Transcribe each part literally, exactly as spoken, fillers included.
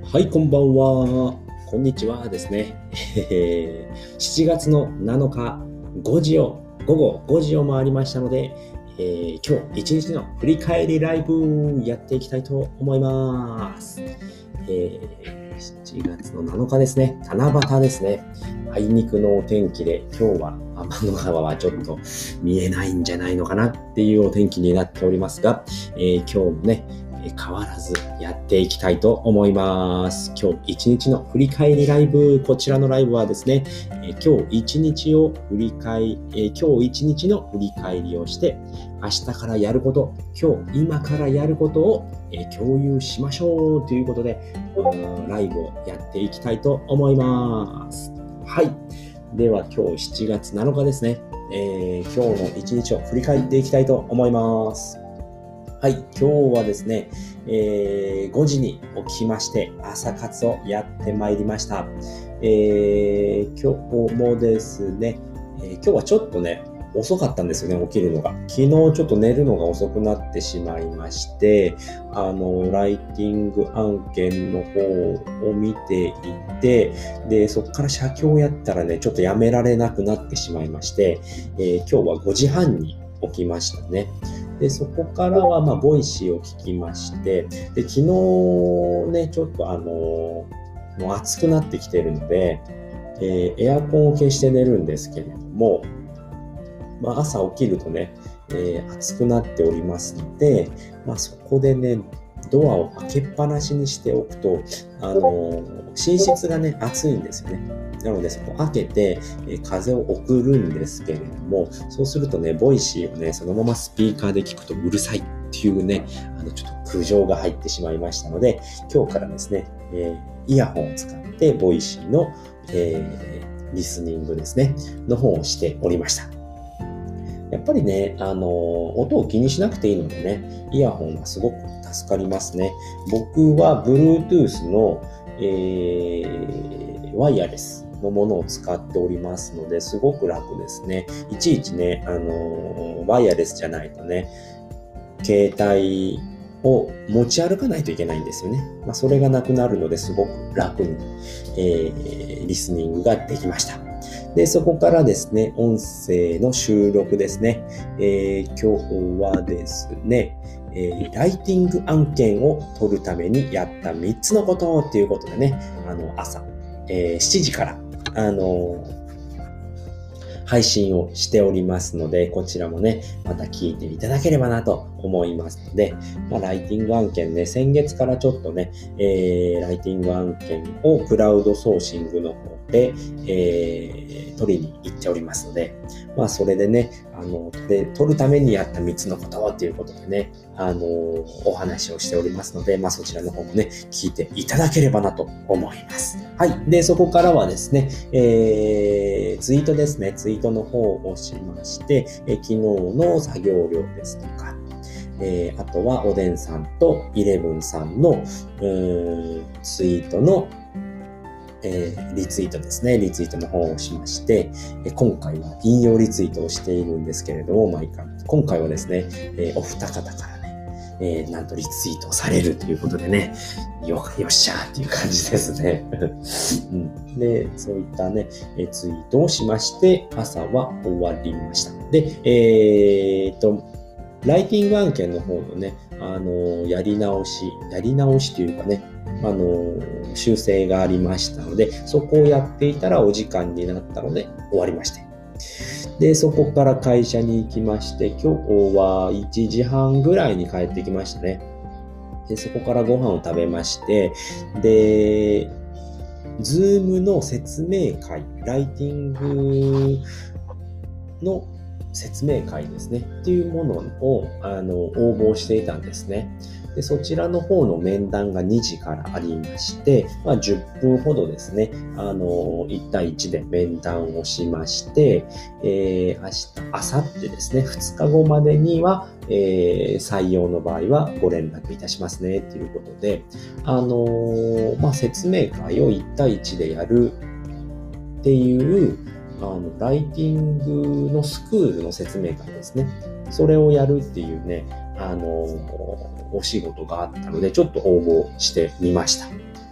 はい、こんばんは。こんにちはですね。しちがつのなのか、ごじを、午後ごじを回りましたので、えー今日一日の振り返りライブやっていきたいと思います。えーしちがつのなのかですね。七夕ですね。あいにくのお天気で、今日は天の川はちょっと見えないんじゃないのかなっていうお天気になっておりますが、えー今日もね、えー変わらずやっていきたいと思います。今日一日の振り返りライブ、こちらのライブはですね、えー今日一日を振り返り、えー今日一日の振り返りをして、明日からやること、今日今からやることを、えー共有しましょうということで、うんライブをやっていきたいと思います。はい。では今日しちがつなのかですね、えー今日の一日を振り返っていきたいと思います。はい、今日はですね、えーごじに起きまして、朝活をやってまいりました。えー今日もですね、えー今日はちょっとね、遅かったんですよね、起きるのが。昨日ちょっと寝るのが遅くなってしまいまして、あの、ライティング案件の方を見ていて、で、そこから写経やったらね、ちょっとやめられなくなってしまいまして、えー今日はごじはんに起きましたね。で、そこからは、まあ、ボイシーを聞きまして、で、昨日ね、ちょっとあの、もう暑くなってきてるので、えーエアコンを消して寝るんですけれども、まあ、朝起きるとね、えー暑くなっておりますので、まあ、そこでね、ドアを開けっぱなしにしておくと、あのー寝室がね、暑いんですよね。なので、そこ開けて、えー風を送るんですけれども、そうするとね、ボイシーをね、そのままスピーカーで聞くとうるさいっていうね、あの、ちょっと苦情が入ってしまいましたので、今日からですね、えーイヤホンを使って、ボイシーの、えーリスニングですね、の方をしておりました。やっぱりね、あの、音を気にしなくていいのでね、イヤホンはすごく助かりますね。僕は Bluetooth の、えーワイヤレスのものを使っておりますので、すごく楽ですね。いちいちね、あの、ワイヤレスじゃないとね、携帯を持ち歩かないといけないんですよね。まあ、それがなくなるのですごく楽に、えーリスニングができました。で、そこからですね、音声の収録ですね。えー今日はですね、えーライティング案件を取るためにやったみっつのことっていうことでね、あの、朝、えーしちじから、あのー配信をしておりますので、こちらもね、また聞いていただければなと思いますので、まあ、ライティング案件ね、先月からちょっとね、えーライティング案件をクラウドソーシングの方で、えー取りに行っておりますので、まあ、それでね、あの、で取るためにやったみっつのことっていうことでね、あの、お話をしておりますので、まあ、そちらの方もね、聞いていただければなと思います。はい。で、そこからはですね、えーツイートですね、ツイートの方をしまして、えー昨日の作業量ですとか、えーあとはおでんさんとイレブンさんのうーんツイートの、えーリツイートですね、リツイートの方をしまして、えー今回は引用リツイートをしているんですけれども、毎回。今回はですね、えーお二方からね、えーなんとリツイートをされるということでね、よ、よっしゃーっていう感じですね。うん、で、そういったね、えーツイートをしまして、朝は終わりました。で、えーっと、ライティング案件の方のね、あのーやり直し、やり直しというかね、あのー修正がありましたので、そこをやっていたらお時間になったので終わりまして。で、そこから会社に行きまして、今日はいちじはんぐらいに帰ってきましたね。で、そこからご飯を食べまして、で、ズームの説明会、ライティングの説明会ですね。っていうものを、あの、応募していたんですね。で、そちらの方の面談がにじからありまして、まあ、じゅっぷんほどですね、あの、いち対いちで面談をしまして、えー、明日、明後日ですね、ふつかごまでには、えー採用の場合はご連絡いたしますね、っていうことで、あのーまあ、説明会をいち対いちでやるっていう、あの、ライティングのスクールの説明会ですね。それをやるっていうね、あの、お仕事があったので、ちょっと応募してみました。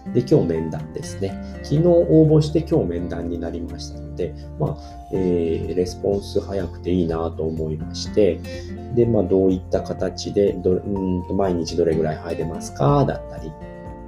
で、今日面談ですね。昨日応募して今日面談になりましたので、まあ、えー、レスポンス早くていいなと思いまして、で、まあ、どういった形で、どうんと毎日どれぐらい入れますかだったり、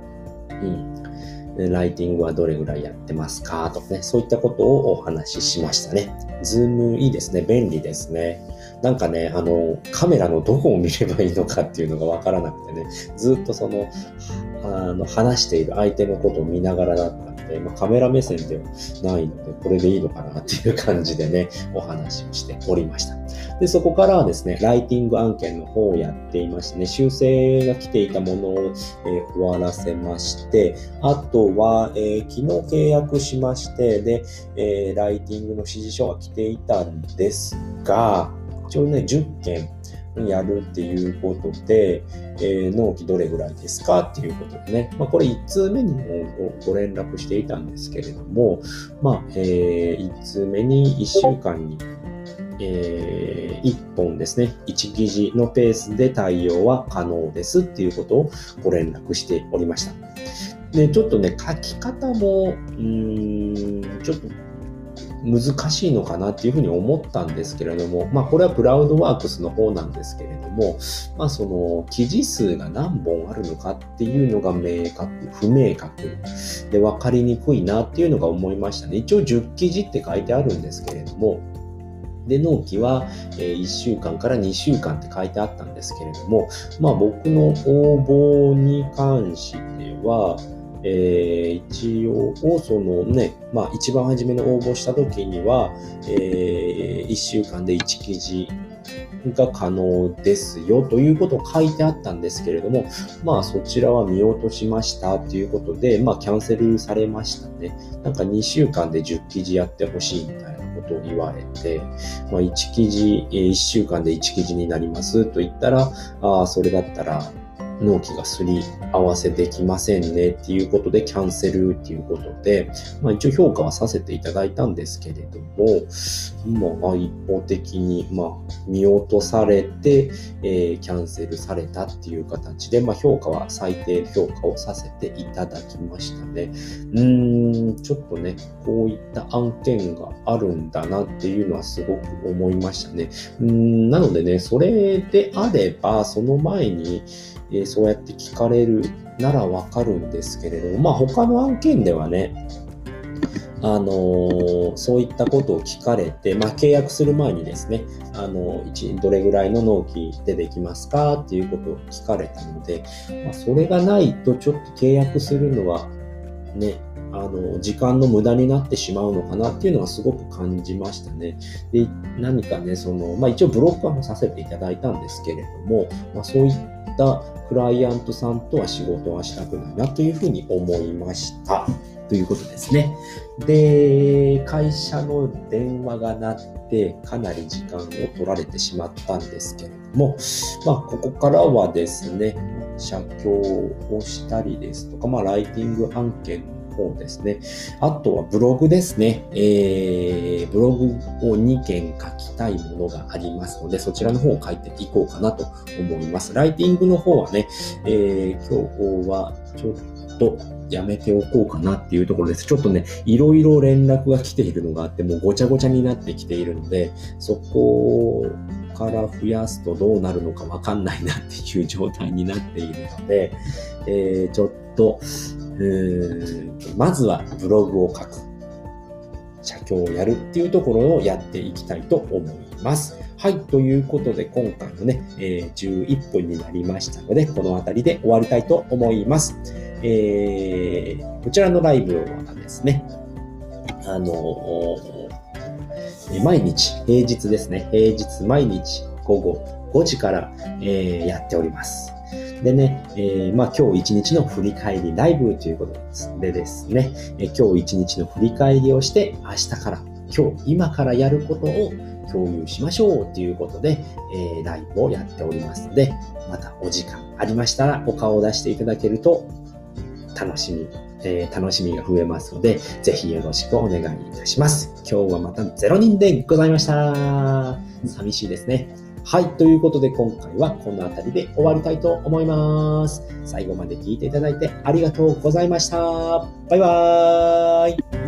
うん、ライティングはどれぐらいやってますかとかね、そういったことをお話ししましたね。ズームいいですね。便利ですね。なんかね、あの、カメラのどこを見ればいいのかっていうのがわからなくてね、ずっとその、あの、話している相手のことを見ながらだったので、まあ、カメラ目線ではないので、これでいいのかなっていう感じでね、お話をしておりました。で、そこからはですね、ライティング案件の方をやっていましてね、修正が来ていたものを、えー、終わらせまして、あとは、えー、昨日契約しまして、で、えー、ライティングの指示書が来ていたんですが、一応ね、じゅっけんやるっていうことで、えー、納期どれぐらいですかっていうことでね、まあ、これいち通目にもご連絡していたんですけれども、まあ、えー、いち通目にいっしゅうかんにえー、いっぽんですね、いち記事のペースで対応は可能ですっていうことをご連絡しておりました。で、ちょっとね、書き方も、うーん、ちょっと難しいのかなっていうふうに思ったんですけれども、まあこれはクラウドワークスの方なんですけれども、まあその記事数が何本あるのかっていうのが明確、不明確で分かりにくいなっていうのが思いましたね。一応じゅっ記事って書いてあるんですけれども、で、納期はいっしゅうかんからにしゅうかんって書いてあったんですけれども、まあ僕の応募に関しては、えー、一応、そのね、まあ一番初めの応募した時には、えー、いっしゅうかんでいち記事が可能ですよということを書いてあったんですけれども、まあそちらは見落としましたということで、まあキャンセルされましたね。なんかにしゅうかんでじゅっ記事やってほしいみたいなことを言われて、まあいち記事、いっしゅうかんでいち記事になりますと言ったら、ああ、それだったら納期がすり合わせできませんねっていうことでキャンセルっていうことで、まあ一応評価はさせていただいたんですけれども、まあ一方的にまあ見落とされて、えー、キャンセルされたっていう形で、まあ評価は最低評価をさせていただきましたね。うーん、ちょっとね、こういった案件があるんだなっていうのはすごく思いましたね。うーん、なのでね、それであれば、その前に、えー、そうやって聞かれるならわかるんですけれども、まあ他の案件ではね、あのー、そういったことを聞かれて、まあ契約する前にですね、あのー、どれぐらいの納期でできますかっていうことを聞かれたので、まあ、それがないとちょっと契約するのはね、あの、時間の無駄になってしまうのかなっていうのはすごく感じましたね。で、何かね、その、まあ一応ブロックはさせていただいたんですけれども、まあそういったクライアントさんとは仕事はしたくないなというふうに思いました。ということですね。で、会社の電話が鳴ってかなり時間を取られてしまったんですけれども、まあここからはですね、写経をしたりですとか、まあライティング案件の方ですね。あとはブログですね。えー、ブログをにけん書きたいものがありますので、そちらの方を書いていこうかなと思います。ライティングの方はね、えー、今日はちょっとやめておこうかなっていうところです。ちょっとね、いろいろ連絡が来ているのがあって、もうごちゃごちゃになってきているので、そこから増やすとどうなるのかわかんないなっていう状態になっているので、えー、ちょっと、うーんまずはブログを書く。写経をやるっていうところをやっていきたいと思います。はい。ということで、今回のね、えー、じゅういっぷんになりましたので、この辺りで終わりたいと思います。えー、こちらのライブはですね、あのー、毎日、平日ですね、平日毎日午後ごじから、えー、やっております。でね、えー、まあ今日一日の振り返りライブということでですね、えー、今日一日の振り返りをして、明日から、今日、今からやることを共有しましょうということで、えー、ライブをやっておりますので、またお時間ありましたらお顔を出していただけると楽しみ、えー、楽しみが増えますので、ぜひよろしくお願いいたします。今日はまたゼロにんでございました。寂しいですね。 はい。ということで、今回はこの辺りで終わりたいと思います。最後まで聞いていただいてありがとうございました。バイバーイ。